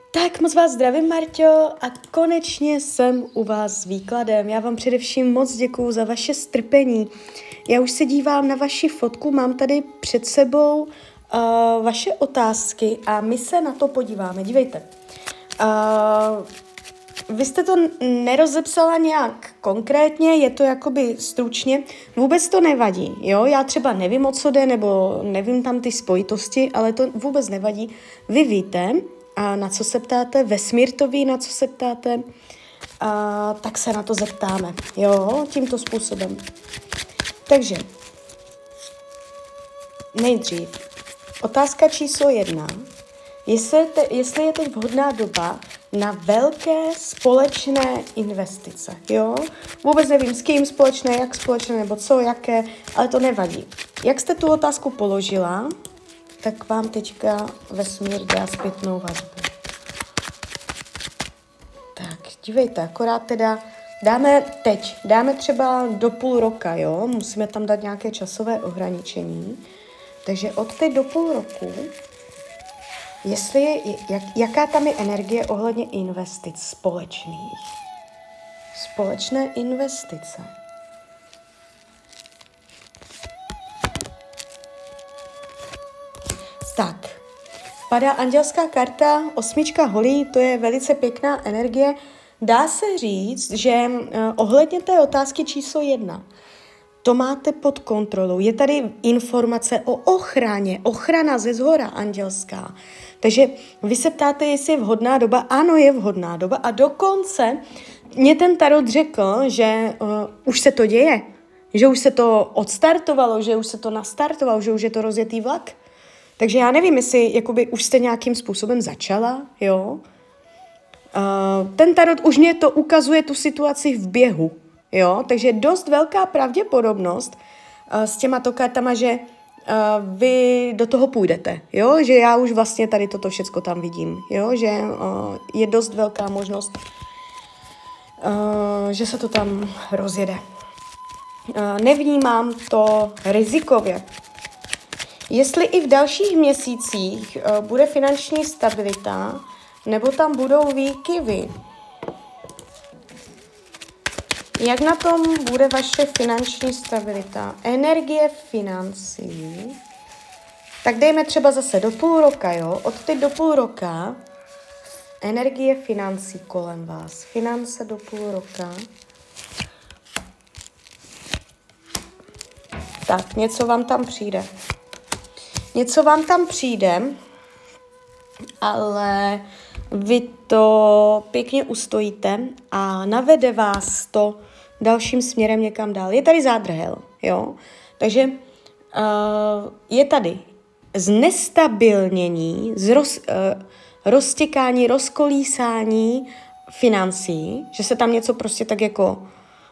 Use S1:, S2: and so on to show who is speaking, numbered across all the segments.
S1: Tak moc vás zdravím, Marťo, a konečně jsem u vás s výkladem. Já vám především moc děkuju za vaše strpení. Já už se dívám na vaši fotku, mám tady před sebou vaše otázky a my se na to podíváme. Dívejte. Vy jste to nerozepsala nějak konkrétně, je to jakoby stručně, vůbec to nevadí, jo? Já třeba nevím, o co jde, nebo nevím tam ty spojitosti, ale to vůbec nevadí. Vy víte, a na co se ptáte, vesmír to ví, na co se ptáte, tak se na to zeptáme, jo, tímto způsobem. Takže, nejdřív, otázka číslo 1. Jestli je teď vhodná doba na velké společné investice, jo? Vůbec nevím, s kým společné, jak společné, nebo co, jaké, ale to nevadí. Jak jste tu otázku položila, tak vám teďka vesmír dá zpětnou vazbu. Tak, dívejte, akorát teda dáme třeba do půl roka, jo? Musíme tam dát nějaké časové ohraničení. Takže od teď do půl roku, jaká tam je energie ohledně investic společných? Společné investice. Tak, padá andělská karta, 8 holí, to je velice pěkná energie. Dá se říct, že ohledně té otázky číslo 1, to máte pod kontrolou. Je tady informace o ochraně, ochrana ze zhora andělská. Takže vy se ptáte, jestli je vhodná doba. Ano, je vhodná doba a dokonce mě ten tarot řekl, že už se to děje, že už se to odstartovalo, že už se to nastartovalo, že už je to rozjetý vlak. Takže já nevím, jestli jakoby už jste nějakým způsobem začala, jo. Ten tarot už mě to ukazuje tu situaci v běhu, jo. Takže dost velká pravděpodobnost s těma kartama, že vy do toho půjdete, jo. Že já už vlastně tady toto všecko tam vidím, jo. Že je dost velká možnost, že se to tam rozjede. Nevnímám to rizikově. Jestli i v dalších měsících bude finanční stabilita, nebo tam budou výkyvy. Jak na tom bude vaše finanční stabilita? Energie financí. Tak dejme třeba zase do půl roka, jo? Od teď do půl roka energie financí kolem vás. Finance do půl roka. Tak, něco vám tam přijde. Něco vám tam přijde, ale vy to pěkně ustojíte a navede vás to dalším směrem někam dál. Je tady zádrhel, jo? Takže je tady znestabilnění, roztěkání, rozkolísání financí, že se tam něco prostě tak jako...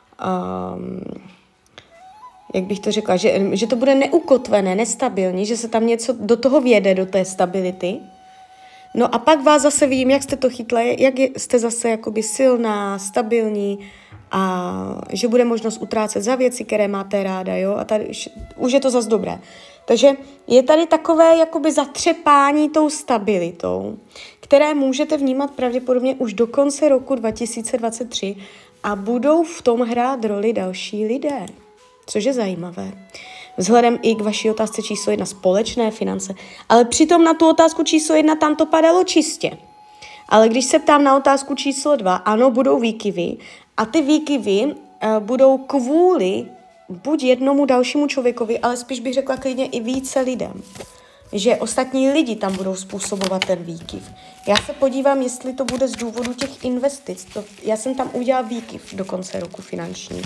S1: jak bych to řekla, že to bude neukotvené, nestabilní, že se tam něco do toho vjede, do té stability. No a pak vás zase vidím, jak jste to chytli, jste zase jakoby silná, stabilní a že bude možnost utrácet za věci, které máte ráda, jo, a tady už je to zase dobré. Takže je tady takové jakoby zatřepání tou stabilitou, které můžete vnímat pravděpodobně už do konce roku 2023 a budou v tom hrát roli další lidé. Což je zajímavé. Vzhledem i k vaší otázce číslo 1, společné finance. Ale přitom na tu otázku číslo 1 tam to padalo čistě. Ale když se ptám na otázku číslo 2, ano, budou výkyvy. A ty výkyvy budou kvůli buď jednomu dalšímu člověkovi, ale spíš bych řekla klidně i více lidem. Že ostatní lidi tam budou způsobovat ten výkyv. Já se podívám, jestli to bude z důvodu těch investic. Já jsem tam udělal výkyv do konce roku finanční.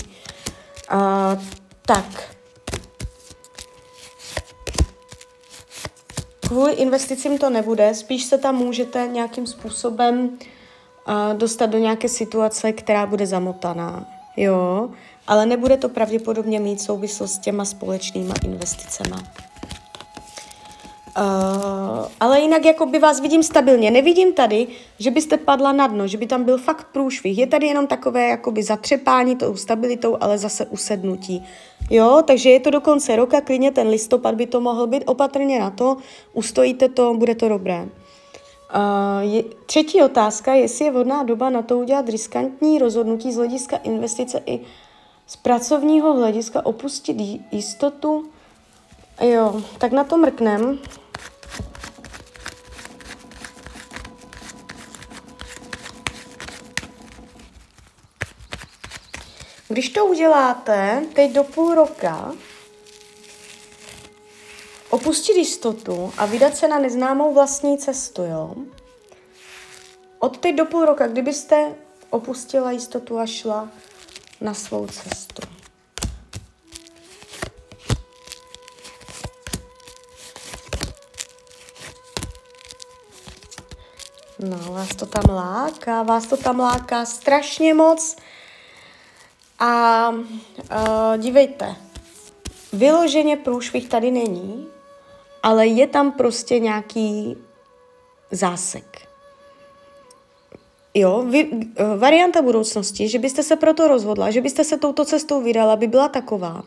S1: Tak. Kvůli investicím to nebude, spíš se tam můžete nějakým způsobem dostat do nějaké situace, která bude zamotaná, jo, ale nebude to pravděpodobně mít souvislost s těma společnýma investicema. Ale jinak jako by vás vidím stabilně. Nevidím tady, že byste padla na dno, že by tam byl fakt průšvih. Je tady jenom takové jakoby zatřepání tou stabilitou, ale zase usednutí. Jo, takže je to do konce roka, klidně ten listopad by to mohl být, opatrně na to, ustojíte to, bude to dobré. Třetí otázka, jestli je vhodná doba na to udělat riskantní rozhodnutí z hlediska investice i z pracovního hlediska, opustit jistotu. Jo, tak na to mrknem. Když to uděláte teď do půl roka, opustit jistotu a vydat se na neznámou vlastní cestu, jo? Od teď do půl roka, kdybyste opustila jistotu a šla na svou cestu. No, vás to tam láká strašně moc. A dívejte, vyloženě průšvih tady není, ale je tam prostě nějaký zásek. Jo, varianta budoucnosti, že byste se proto rozhodla, že byste se touto cestou vydala, by byla taková,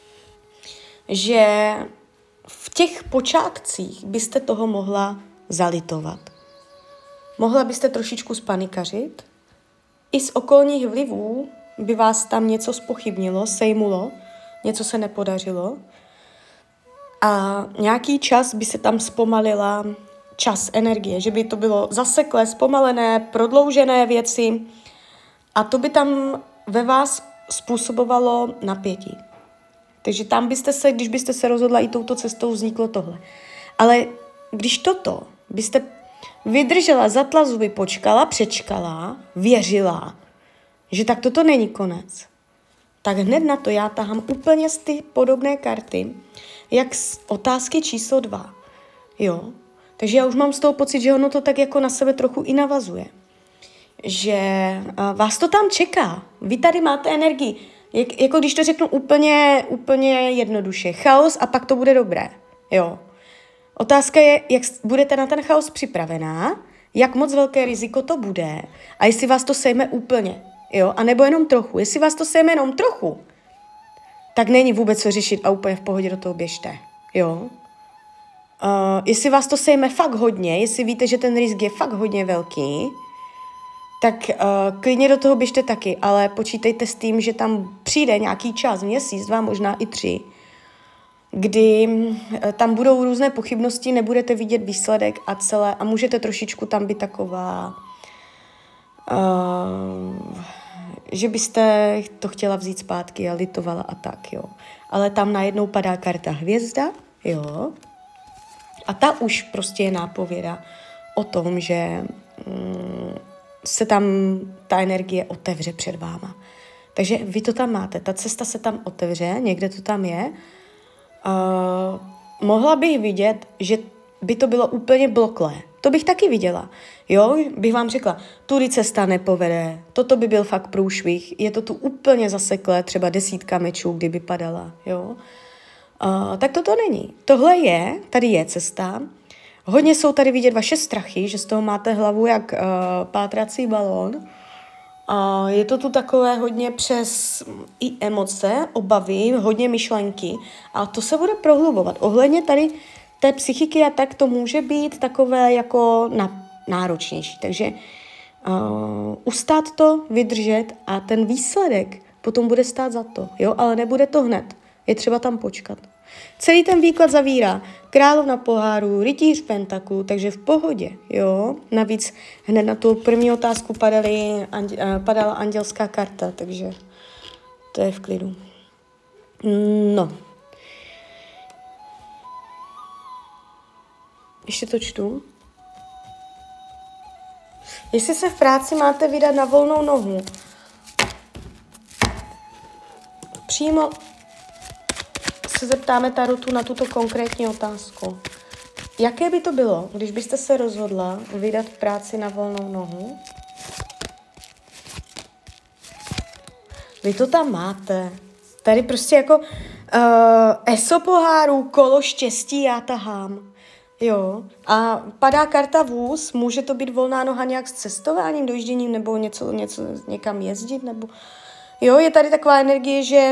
S1: že v těch počátcích byste toho mohla zalitovat. Mohla byste trošičku spanikařit, i z okolních vlivů by vás tam něco zpochybnilo, sejmulo, něco se nepodařilo a nějaký čas by se tam zpomalila čas, energie, že by to bylo zaseklé, zpomalené, prodloužené věci a to by tam ve vás způsobovalo napětí. Takže tam když byste se rozhodla i touto cestou, vzniklo tohle. Ale když toto byste vydržela, zatla zuby, počkala, přečkala, věřila, že tak toto není konec, tak hned na to já tahám úplně z ty podobné karty, jak z otázky číslo 2. Jo? Takže já už mám z toho pocit, že ono to tak jako na sebe trochu i navazuje. Že vás to tam čeká. Vy tady máte energii. Jako když to řeknu úplně jednoduše. Chaos a pak to bude dobré. Jo. Otázka je, jak budete na ten chaos připravená, jak moc velké riziko to bude a jestli vás to sejme úplně. Jo, a nebo jenom trochu. Jestli vás to sejme jenom trochu, tak není vůbec co řešit a úplně v pohodě do toho běžte. Jo. Jestli vás to sejme fakt hodně, jestli víte, že ten risk je fakt hodně velký, tak klidně do toho běžte taky, ale počítejte s tím, že tam přijde nějaký čas, měsíc, 2, možná i 3, kdy tam budou různé pochybnosti, nebudete vidět výsledek a můžete trošičku tam být taková, že byste to chtěla vzít zpátky a litovala a tak, jo. Ale tam najednou padá karta hvězda, jo. A ta už prostě je nápověda o tom, že se tam ta energie otevře před váma. Takže vy to tam máte, ta cesta se tam otevře, někde to tam je. Mohla bych vidět, že by to bylo úplně bloklé. To bych taky viděla. Jo, bych vám řekla, tudy cesta nepovede, toto by byl fakt průšvih, je to tu úplně zaseklé, třeba 10 mečů, kdyby padala, jo. Tak toto není. Tady je cesta. Hodně jsou tady vidět vaše strachy, že z toho máte hlavu jak pátrací balón. Je to tu takové hodně přes i emoce, obavy, hodně myšlenky a to se bude prohlubovat. Ohledně tady té psychiky a tak to může být takové jako náročnější. Takže ustát to, vydržet a ten výsledek potom bude stát za to. Jo? Ale nebude to hned. Je třeba tam počkat. Celý ten výklad zavírá královna poháru, rytíř pentaklu, takže v pohodě, jo. Navíc hned na tu první otázku padala andělská karta, takže to je v klidu. No. Ještě to čtu. Jestli se v práci máte vydat na volnou nohu, přímo se zeptáme tarotu na tuto konkrétní otázku. Jaké by to bylo, když byste se rozhodla vydat práci na volnou nohu? Vy to tam máte. Tady prostě jako ESO pohárů, kolo štěstí já tahám. Jo. A padá karta vůz, může to být volná noha nějak s cestováním, dojížděním nebo něco někam jezdit, nebo... Jo, je tady taková energie, že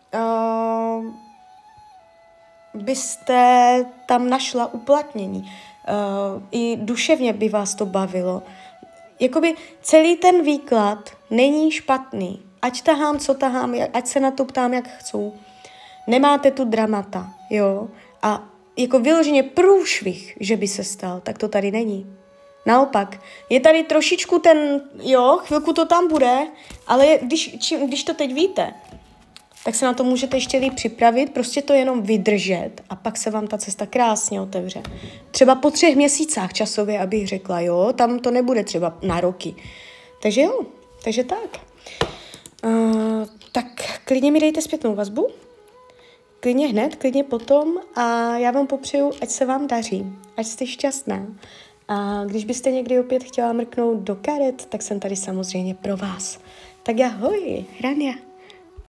S1: byste tam našla uplatnění. I duševně by vás to bavilo. Jakoby celý ten výklad není špatný. Ať tahám, co tahám, ať se na to ptám, jak chci. Nemáte tu dramata, jo? A jako vyloženě průšvih, že by se stal, tak to tady není. Naopak, je tady trošičku chvilku to tam bude, ale když to teď víte, tak se na to můžete ještě líp připravit, prostě to jenom vydržet a pak se vám ta cesta krásně otevře. Třeba po 3 měsících časově, abych řekla, jo, tam to nebude třeba na roky. Takže jo, takže tak. Tak klidně mi dejte zpětnou vazbu, klidně hned, klidně potom a já vám popřeju, ať se vám daří, ať jste šťastná. A když byste někdy opět chtěla mrknout do karet, tak jsem tady samozřejmě pro vás. Tak ahoj, Rania.